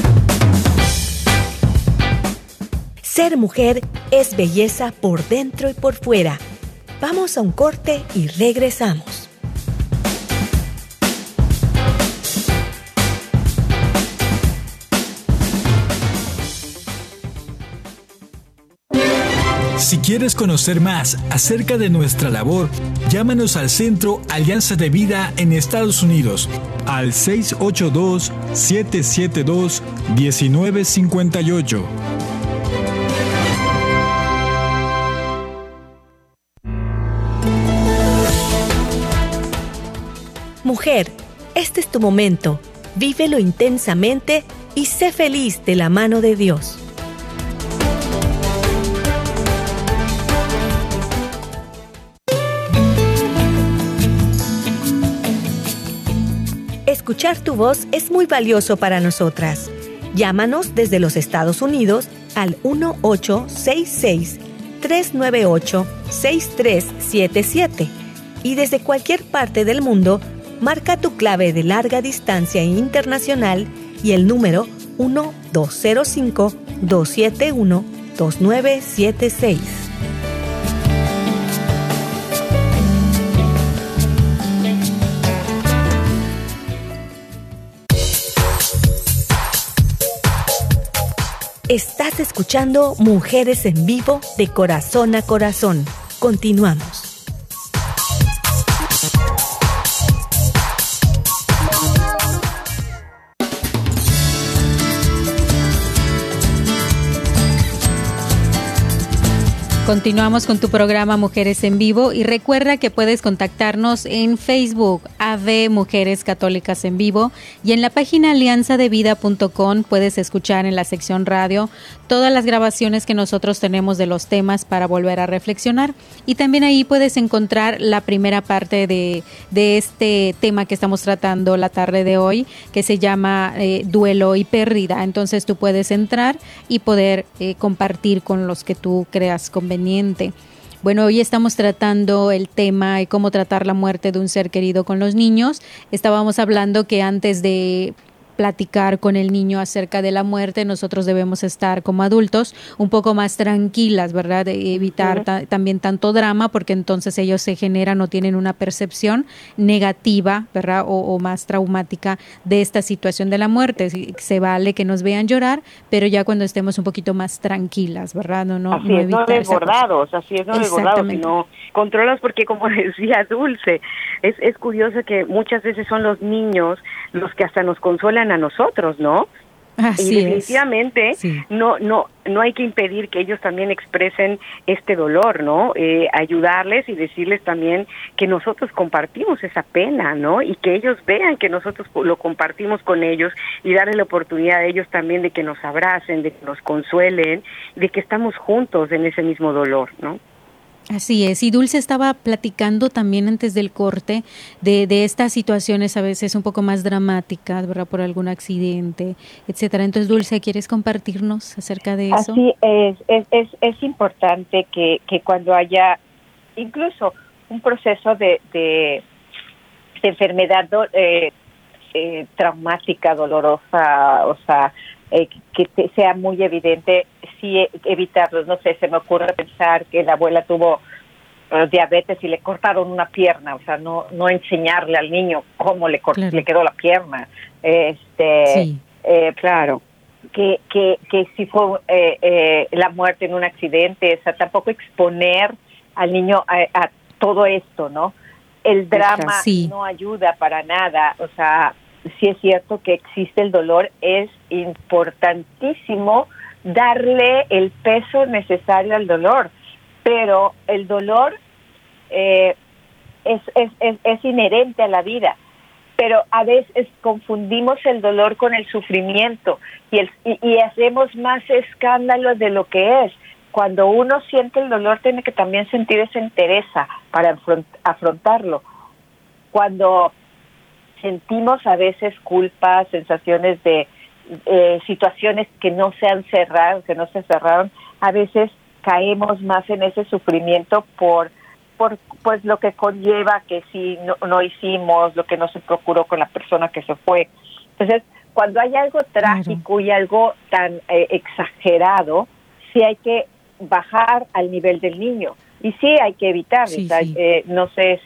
Ser mujer es belleza por dentro y por fuera. Vamos a un corte y regresamos. Si quieres conocer más acerca de nuestra labor, llámanos al Centro Alianza de Vida en Estados Unidos al 682-772-1958. Mujer, este es tu momento. Vívelo intensamente y sé feliz de la mano de Dios. Escuchar tu voz es muy valioso para nosotras. Llámanos desde los Estados Unidos al 1-866-398-6377 y desde cualquier parte del mundo, marca tu clave de larga distancia internacional y el número 1-205-271-2976. Estás escuchando Mujeres en Vivo de Corazón a Corazón. Continuamos. Continuamos con tu programa Mujeres en Vivo y recuerda que puedes contactarnos en Facebook, AV Mujeres Católicas en Vivo, y en la página alianzadevida.com puedes escuchar en la sección radio todas las grabaciones que nosotros tenemos de los temas para volver a reflexionar, y también ahí puedes encontrar la primera parte de este tema que estamos tratando la tarde de hoy, que se llama duelo y pérdida. Entonces tú puedes entrar y poder compartir con los que tú creas conveniente. Bueno, hoy estamos tratando el tema de cómo tratar la muerte de un ser querido con los niños. Estábamos hablando que antes de platicar con el niño acerca de la muerte, nosotros debemos estar como adultos un poco más tranquilas, ¿verdad? De evitar también tanto drama, porque entonces ellos se generan o tienen una percepción negativa, ¿verdad? O más traumática de esta situación de la muerte. Se vale que nos vean llorar, pero ya cuando estemos un poquito más tranquilas, ¿verdad? No desbordados, no desbordados, sino controlados, porque como decía Dulce, es curioso que muchas veces son los niños los que hasta nos consuelan a nosotros, ¿no? Así y definitivamente no hay que impedir que ellos también expresen este dolor, ¿no? Ayudarles y decirles también que nosotros compartimos esa pena, ¿no? Y que ellos vean que nosotros lo compartimos con ellos, y darles la oportunidad a ellos también de que nos abracen, de que nos consuelen, de que estamos juntos en ese mismo dolor, ¿no? Así es, y Dulce estaba platicando también antes del corte de estas situaciones a veces un poco más dramáticas, ¿verdad? Por algún accidente, etcétera. Entonces, Dulce, ¿quieres compartirnos acerca de eso? Así es importante que cuando haya incluso un proceso de enfermedad traumática, dolorosa, o sea, que sea muy evidente, sí evitarlos. No sé, se me ocurre pensar que la abuela tuvo diabetes y le cortaron una pierna, o sea, no enseñarle al niño cómo le quedó la pierna. Claro, que si fue la muerte en un accidente, o sea, tampoco exponer al niño a todo esto, ¿no? El drama no ayuda para nada, o sea, sí es cierto que existe el dolor, es importantísimo darle el peso necesario al dolor, pero el dolor es inherente a la vida, pero a veces confundimos el dolor con el sufrimiento y hacemos más escándalo de lo que es. Cuando uno siente el dolor, tiene que también sentir esa entereza para afrontarlo. Cuando sentimos a veces culpa, sensaciones de situaciones que no se cerraron, a veces caemos más en ese sufrimiento por pues lo que conlleva que sí no hicimos, lo que no se procuró con la persona que se fue. Entonces, cuando hay algo trágico y algo tan exagerado, sí hay que bajar al nivel del niño y sí hay que evitar, no sé,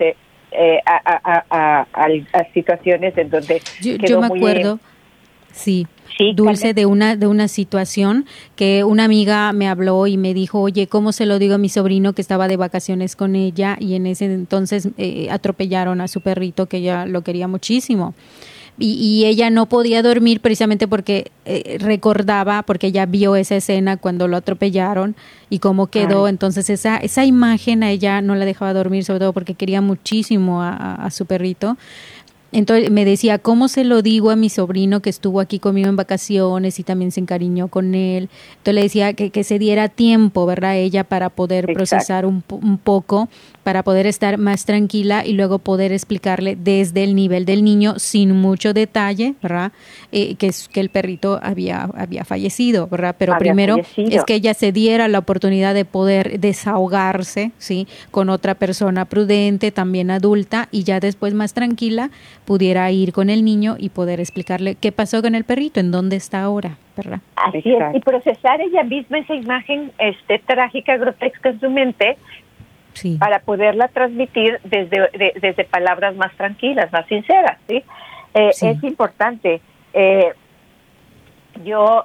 a situaciones en donde yo me acuerdo, Dulce, de una situación que una amiga me habló y me dijo, oye, ¿cómo se lo digo a mi sobrino que estaba de vacaciones con ella? Y en ese entonces atropellaron a su perrito, que ella lo quería muchísimo. Y ella no podía dormir precisamente porque recordaba, porque ella vio esa escena cuando lo atropellaron y cómo quedó. Entonces esa imagen a ella no la dejaba dormir, sobre todo porque quería muchísimo a su perrito. Entonces me decía, ¿cómo se lo digo a mi sobrino que estuvo aquí conmigo en vacaciones y también se encariñó con él? Entonces le decía que se diera tiempo, ¿verdad? Ella para poder procesar un poco, para poder estar más tranquila y luego poder explicarle desde el nivel del niño, sin mucho detalle, ¿verdad? Que el perrito había fallecido, ¿verdad? Pero primero es que ella se diera la oportunidad de poder desahogarse, ¿sí? Con otra persona prudente, también adulta, y ya después más tranquila pudiera ir con el niño y poder explicarle qué pasó con el perrito, en dónde está ahora, ¿verdad? Así es, y procesar ella misma esa imagen grotesca, grotesca en su mente, para poderla transmitir desde palabras más tranquilas, más sinceras, ¿sí? Es importante. yo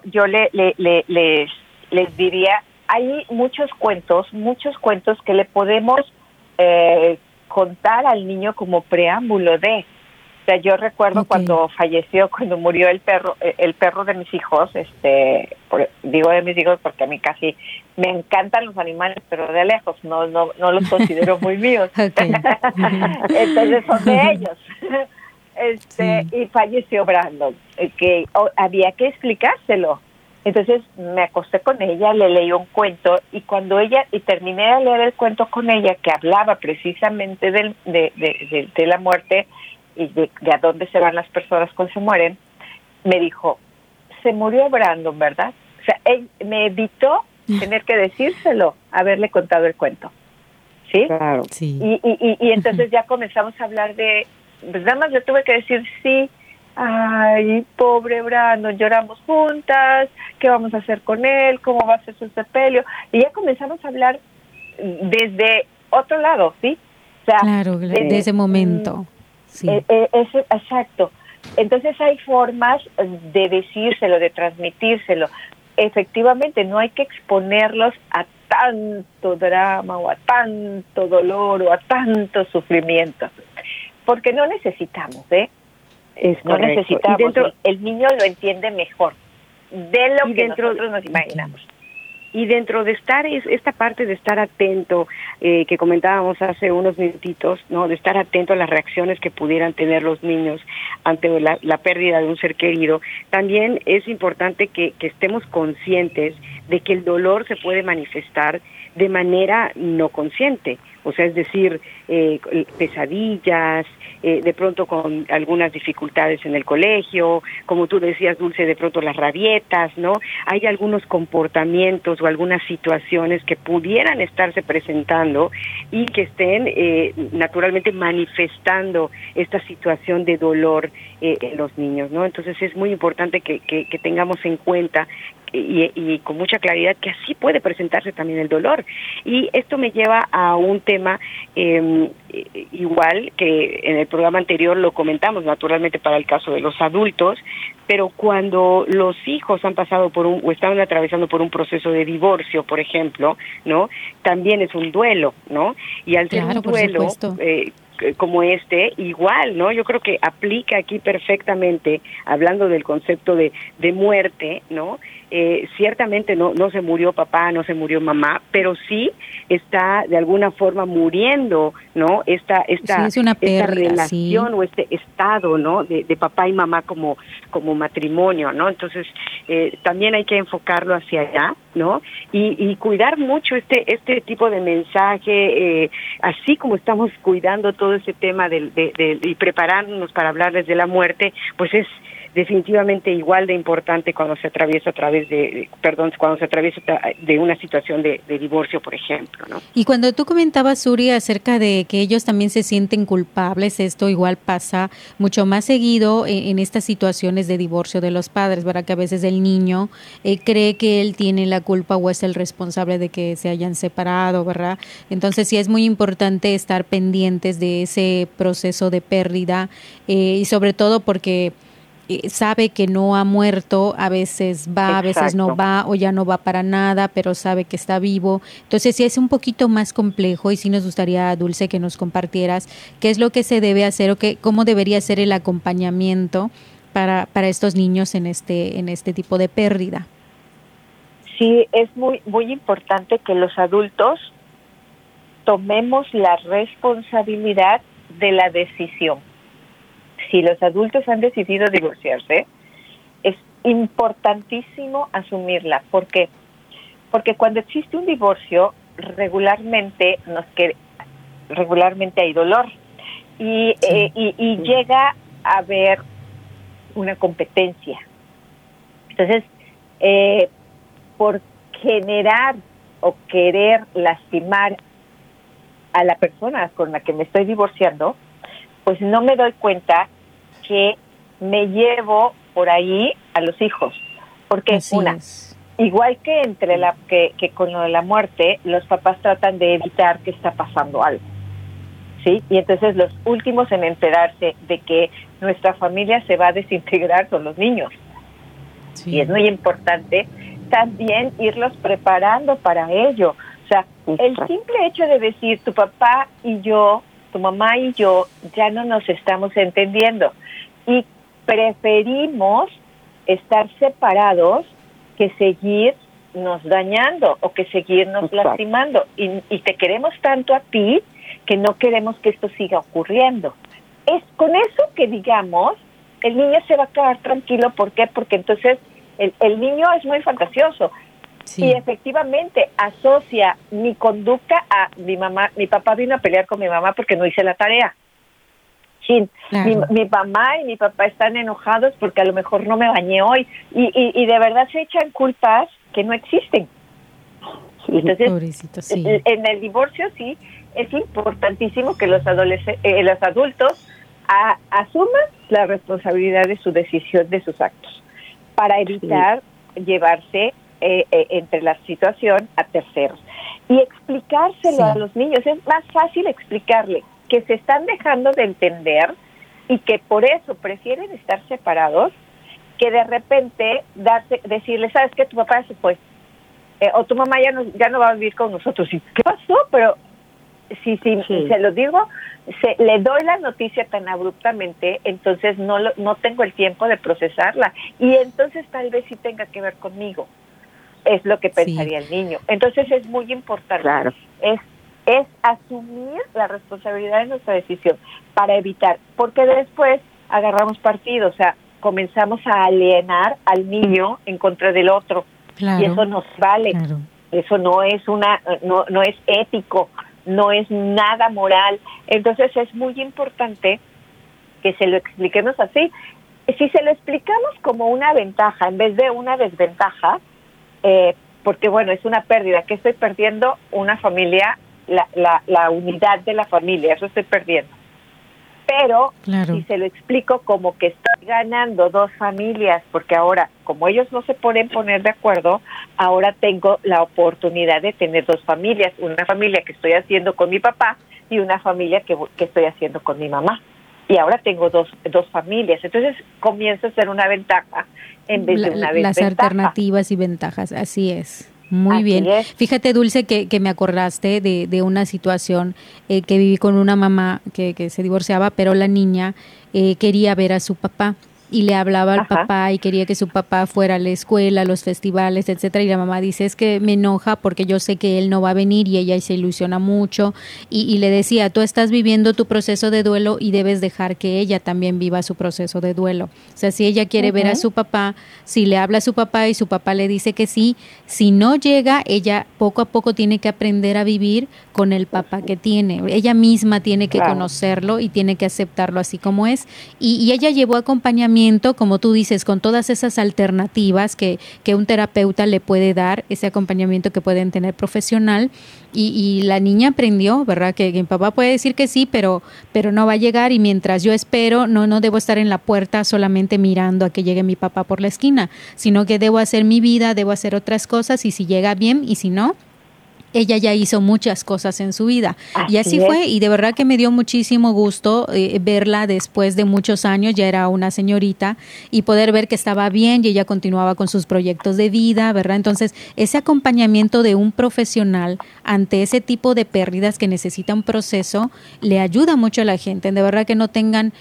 les diría, hay muchos cuentos que le podemos contar al niño como preámbulo de. O sea, yo recuerdo cuando murió el perro de mis hijos, digo de mis hijos porque a mí casi me encantan los animales, pero de lejos, no los considero muy míos. Entonces son de ellos. Y falleció Brandon, que había que explicárselo. Entonces me acosté con ella, le leí un cuento y terminé de leer el cuento con ella, que hablaba precisamente de la muerte y de a dónde se van las personas cuando se mueren, me dijo, se murió Brandon, ¿verdad? O sea, él me evitó tener que decírselo, haberle contado el cuento. ¿Sí? Claro. Sí. Y entonces ya comenzamos a hablar pues nada más le tuve que decir sí. Ay, pobre Brandon, lloramos juntas, ¿qué vamos a hacer con él? ¿Cómo va a ser su sepelio? Y ya comenzamos a hablar desde otro lado, ¿sí? O sea, claro, de ese momento. Sí. Exacto. Entonces hay formas de decírselo, de transmitírselo. Efectivamente, no hay que exponerlos a tanto drama o a tanto dolor o a tanto sufrimiento, porque no necesitamos, no necesitamos. El niño lo entiende mejor de lo que nosotros nos imaginamos. Y dentro de esta parte de estar atento, que comentábamos hace unos minutitos, ¿no? De estar atento a las reacciones que pudieran tener los niños ante la pérdida de un ser querido, también es importante que estemos conscientes de que el dolor se puede manifestar de manera no consciente. O sea, es decir, pesadillas, de pronto con algunas dificultades en el colegio, como tú decías, Dulce, de pronto las rabietas, ¿no? Hay algunos comportamientos o algunas situaciones que pudieran estarse presentando y que estén naturalmente manifestando esta situación de dolor en los niños, ¿no? Entonces es muy importante que tengamos en cuenta y con mucha claridad que así puede presentarse también el dolor. Y esto me lleva a un tema igual que en el programa anterior lo comentamos, naturalmente para el caso de los adultos, pero cuando los hijos han pasado o están atravesando por un proceso de divorcio, por ejemplo, ¿no? También es un duelo, ¿no? Y al ser un duelo como igual, ¿no? Yo creo que aplica aquí perfectamente, hablando del concepto de muerte, ¿no? Ciertamente no se murió papá, no se murió mamá, pero sí está de alguna forma muriendo, ¿no? Esta relación o este estado, ¿no? De papá y mamá como matrimonio, ¿no? Entonces también hay que enfocarlo hacia allá, ¿no? Y cuidar mucho este tipo de mensaje, así como estamos cuidando todo ese tema y preparándonos para hablarles de la muerte, pues es definitivamente igual de importante cuando se atraviesa de una situación de divorcio, por ejemplo, ¿no? Y cuando tú comentabas, Suri, acerca de que ellos también se sienten culpables, esto igual pasa mucho más seguido en estas situaciones de divorcio de los padres, ¿verdad? Que a veces el niño cree que él tiene la culpa o es el responsable de que se hayan separado, ¿verdad? Entonces sí es muy importante estar pendientes de ese proceso de pérdida y sobre todo porque sabe que no ha muerto, a veces va, a veces no va o ya no va para nada, pero sabe que está vivo. Entonces sí es un poquito más complejo y sí nos gustaría, Dulce, que nos compartieras qué es lo que se debe hacer o cómo debería ser el acompañamiento para estos niños en este tipo de pérdida. Sí, es muy, muy importante que los adultos tomemos la responsabilidad de la decisión. Si los adultos han decidido divorciarse, es importantísimo asumirla. ¿Por qué? Porque cuando existe un divorcio, regularmente hay dolor y llega a haber una competencia. Entonces, por generar o querer lastimar a la persona con la que me estoy divorciando, pues no me doy cuenta que me llevo por ahí a los hijos. Porque igual que que con lo de la muerte, los papás tratan de evitar que está pasando algo, ¿sí? Y entonces los últimos en enterarse de que nuestra familia se va a desintegrar son los niños. Y es muy importante también irlos preparando para ello. O sea, el simple hecho de decir tu papá y yo, tu mamá y yo, ya no nos estamos entendiendo y preferimos estar separados que seguirnos dañando o que seguirnos lastimando. Y te queremos tanto a ti que no queremos que esto siga ocurriendo. Es con eso que, digamos, el niño se va a quedar tranquilo. ¿Por qué? Porque entonces el niño es muy fantasioso. Sí. Y efectivamente asocia mi conducta a mi mamá. Mi papá vino a pelear con mi mamá porque no hice la tarea. Sí, claro. Mi mamá y mi papá están enojados porque a lo mejor no me bañé hoy. Y de verdad se echan culpas que no existen. Entonces, pobrecito, sí. En el divorcio sí es importantísimo que los adultos asuman la responsabilidad de su decisión, de sus actos, para evitar llevarse entre la situación a terceros. Y explicárselo a los niños. Es más fácil explicarle que se están dejando de entender y que por eso prefieren estar separados, que de repente decirle, ¿sabes qué? Tu papá se fue. O tu mamá ya no va a vivir con nosotros. ¿Y qué pasó? Pero si se lo digo, le doy la noticia tan abruptamente, entonces no tengo el tiempo de procesarla. Y entonces tal vez sí tenga que ver conmigo. Es lo que pensaría el niño. Entonces es muy importante. Claro. Es asumir la responsabilidad de nuestra decisión para evitar, porque después agarramos partido, o sea, comenzamos a alienar al niño en contra del otro. Claro, y eso nos vale. Claro. Eso no es no es ético, no es nada moral. Entonces es muy importante que se lo expliquemos así. Si se lo explicamos como una ventaja en vez de una desventaja, porque bueno, es una pérdida, que estoy perdiendo una familia, la unidad de la familia, eso estoy perdiendo. Pero claro, si se lo explico como que estoy ganando dos familias, porque ahora, como ellos no se pueden poner de acuerdo, ahora tengo la oportunidad de tener dos familias, una familia que estoy haciendo con mi papá y una familia que estoy haciendo con mi mamá. Y ahora tengo dos familias, entonces comienza a ser una ventaja en vez de una desventaja. Las alternativas y ventajas, así es. Muy así bien. Es. Fíjate, Dulce, que me acordaste de una situación que viví con una mamá que se divorciaba, pero la niña quería ver a su papá y le hablaba al papá y quería que su papá fuera a la escuela, a los festivales, etcétera, y la mamá dice, es que me enoja porque yo sé que él no va a venir, y ella se ilusiona mucho, y le decía, tú estás viviendo tu proceso de duelo y debes dejar que ella también viva su proceso de duelo. O sea, si ella quiere ver a su papá, si le habla a su papá y su papá le dice que sí, si no llega, ella poco a poco tiene que aprender a vivir con el papá que tiene. Ella misma tiene que conocerlo y tiene que aceptarlo así como es, y ella llevó acompañamiento, como tú dices, con todas esas alternativas que un terapeuta le puede dar, ese acompañamiento que pueden tener profesional, y la niña aprendió, ¿verdad? Que mi papá puede decir que sí, pero no va a llegar, y mientras yo espero, no debo estar en la puerta solamente mirando a que llegue mi papá por la esquina, sino que debo hacer mi vida, debo hacer otras cosas, y si llega bien, y si no, ella ya hizo muchas cosas en su vida. Y así fue, y de verdad que me dio muchísimo gusto verla después de muchos años, ya era una señorita, y poder ver que estaba bien y ella continuaba con sus proyectos de vida, ¿verdad? Entonces, ese acompañamiento de un profesional ante ese tipo de pérdidas que necesita un proceso, le ayuda mucho a la gente. De verdad que no tengan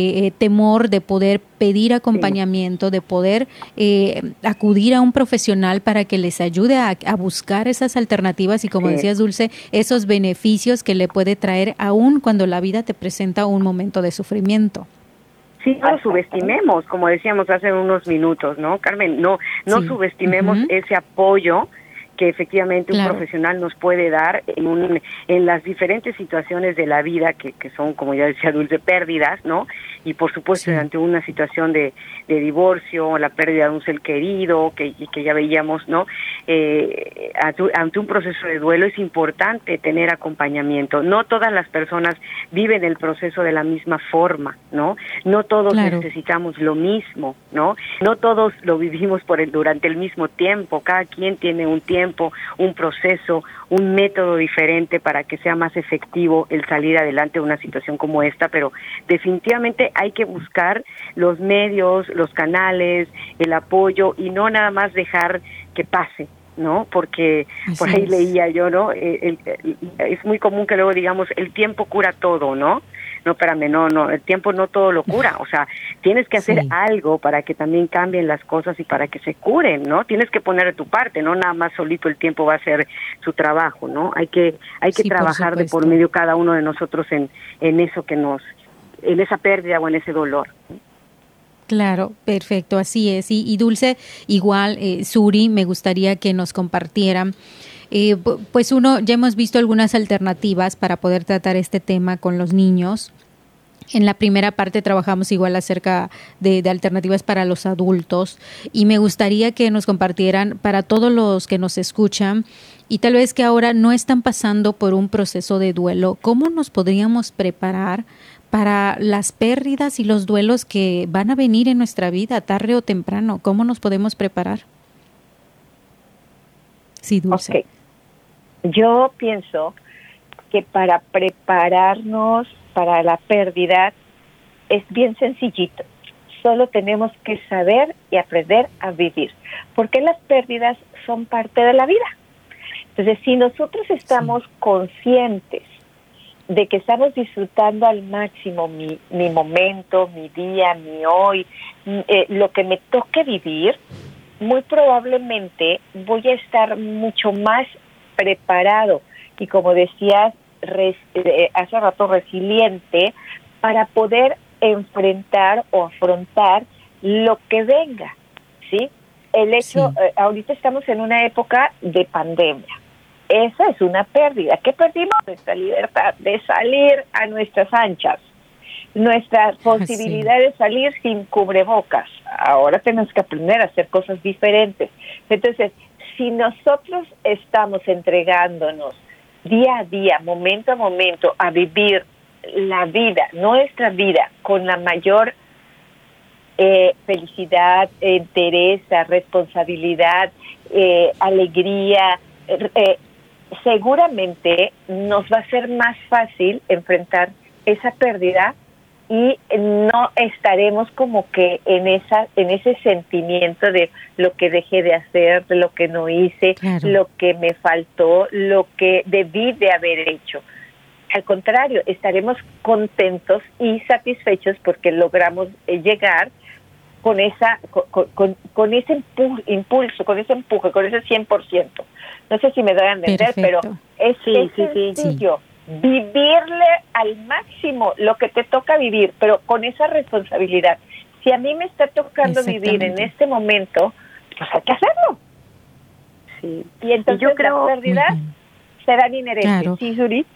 temor de poder pedir acompañamiento, de poder acudir a un profesional para que les ayude a buscar esas alternativas y, como decías, Dulce, esos beneficios que le puede traer aún cuando la vida te presenta un momento de sufrimiento. Sí, no lo subestimemos, como decíamos hace unos minutos, ¿no, Carmen? No subestimemos ese apoyo que efectivamente un profesional nos puede dar en las diferentes situaciones de la vida que son, como ya decía Dulce, pérdidas, ¿no? Y por supuesto ante una situación de divorcio, la pérdida de un ser querido, que ya veíamos, ¿no? Ante un proceso de duelo es importante tener acompañamiento. No todas las personas viven el proceso de la misma forma, ¿no? No todos necesitamos lo mismo, ¿no? No todos lo vivimos durante el mismo tiempo, cada quien tiene un tiempo tiempo, un proceso, un método diferente para que sea más efectivo el salir adelante de una situación como esta, pero definitivamente hay que buscar los medios, los canales, el apoyo y no nada más dejar que pase, ¿no? Porque por ahí leía yo, ¿no? Es muy común que luego digamos, el tiempo cura todo, ¿no? No, espérame, no, el tiempo no todo lo cura, o sea, tienes que hacer algo para que también cambien las cosas y para que se curen, ¿no? Tienes que poner de tu parte, no nada más solito el tiempo va a hacer su trabajo, ¿no? Hay que trabajar de por medio cada uno de nosotros en eso en esa pérdida o en ese dolor. Claro, perfecto, así es. Y Dulce, igual, Suri, me gustaría que nos compartieran. Pues ya hemos visto algunas alternativas para poder tratar este tema con los niños. En la primera parte trabajamos igual acerca de alternativas para los adultos y me gustaría que nos compartieran para todos los que nos escuchan y tal vez que ahora no están pasando por un proceso de duelo, ¿cómo nos podríamos preparar para las pérdidas y los duelos que van a venir en nuestra vida tarde o temprano? ¿Cómo nos podemos preparar? Sí, Dulce. Okay. Yo pienso que para prepararnos para la pérdida es bien sencillito. Solo tenemos que saber y aprender a vivir, porque las pérdidas son parte de la vida. Entonces, si nosotros estamos conscientes de que estamos disfrutando al máximo mi momento, mi día, mi hoy, lo que me toque vivir, muy probablemente voy a estar mucho más preparado y, como decías hace rato, resiliente para poder enfrentar o afrontar lo que venga, ¿sí? El hecho, ahorita estamos en una época de pandemia. Esa es una pérdida. ¿Qué perdimos? Nuestra libertad de salir a nuestras anchas, nuestra posibilidad de salir sin cubrebocas. Ahora tenemos que aprender a hacer cosas diferentes. Entonces, si nosotros estamos entregándonos día a día, momento a momento, a vivir la vida, nuestra vida, con la mayor felicidad, entereza, responsabilidad, alegría, seguramente nos va a ser más fácil enfrentar esa pérdida y no estaremos como que en ese sentimiento de lo que dejé de hacer, de lo que no hice, lo que me faltó, lo que debí de haber hecho. Al contrario, estaremos contentos y satisfechos porque logramos llegar con con ese impulso, con ese empuje, con ese 100%. No sé si me doy a entender, pero es sencillo. Vivirle al máximo lo que te toca vivir, pero con esa responsabilidad. Si a mí me está tocando vivir en este momento, pues hay que hacerlo. Sí. Y entonces yo creo, las pérdidas serán inherentes. Claro. ¿Sí, Suri?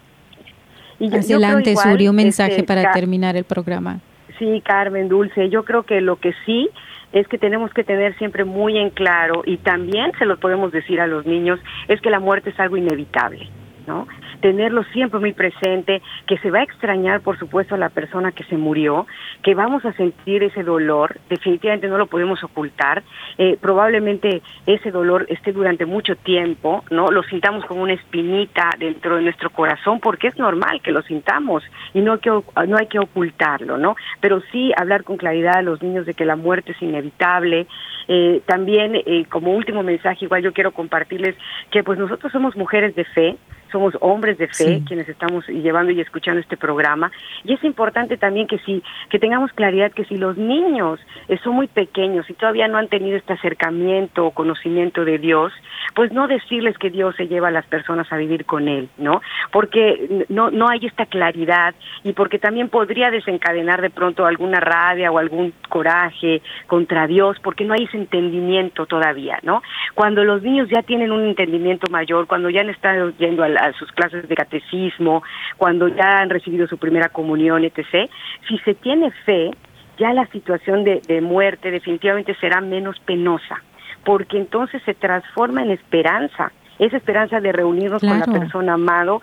Y adelante, igual, Suri, un mensaje para terminar el programa. Sí, Carmen, Dulce, yo creo que lo que sí es que tenemos que tener siempre muy en claro, y también se lo podemos decir a los niños, es que la muerte es algo inevitable, ¿no? Tenerlo siempre muy presente, que se va a extrañar, por supuesto, a la persona que se murió, que vamos a sentir ese dolor, definitivamente no lo podemos ocultar, probablemente ese dolor esté durante mucho tiempo, ¿no? Lo sintamos como una espinita dentro de nuestro corazón, porque es normal que lo sintamos y no hay que ocultarlo, ¿no? Pero sí hablar con claridad a los niños de que la muerte es inevitable. También, como último mensaje, igual yo quiero compartirles que pues nosotros somos mujeres de fe, somos hombres de fe, quienes estamos llevando y escuchando este programa, y es importante también que tengamos claridad que si los niños son muy pequeños y todavía no han tenido este acercamiento o conocimiento de Dios, pues no decirles que Dios se lleva a las personas a vivir con Él, ¿no? Porque no hay esta claridad y porque también podría desencadenar de pronto alguna rabia o algún coraje contra Dios, porque no hay ese entendimiento todavía, ¿no? Cuando los niños ya tienen un entendimiento mayor, cuando ya han estado yendo a sus clases de catecismo, cuando ya han recibido su primera comunión, etc., si se tiene fe, ya la situación de muerte definitivamente será menos penosa, porque entonces se transforma en esperanza, esa esperanza de reunirnos con la persona amada,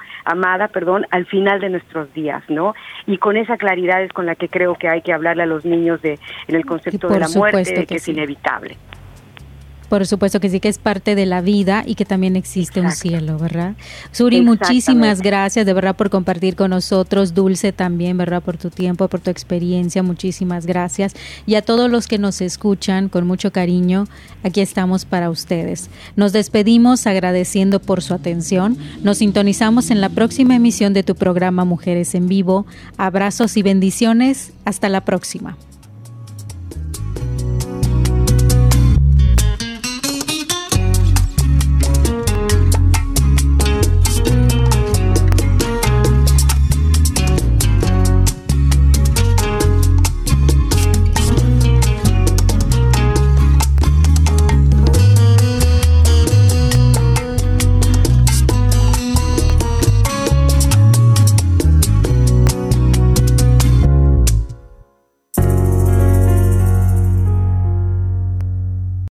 al final de nuestros días, ¿no? Y con esa claridad es con la que creo que hay que hablarle a los niños en el concepto de la muerte, de que es inevitable. Por supuesto que sí, que es parte de la vida y que también existe un cielo, ¿verdad? Suri, muchísimas gracias de verdad por compartir con nosotros. Dulce también, ¿verdad? Por tu tiempo, por tu experiencia, muchísimas gracias. Y a todos los que nos escuchan, con mucho cariño, aquí estamos para ustedes. Nos despedimos agradeciendo por su atención. Nos sintonizamos en la próxima emisión de tu programa Mujeres en Vivo. Abrazos y bendiciones. Hasta la próxima.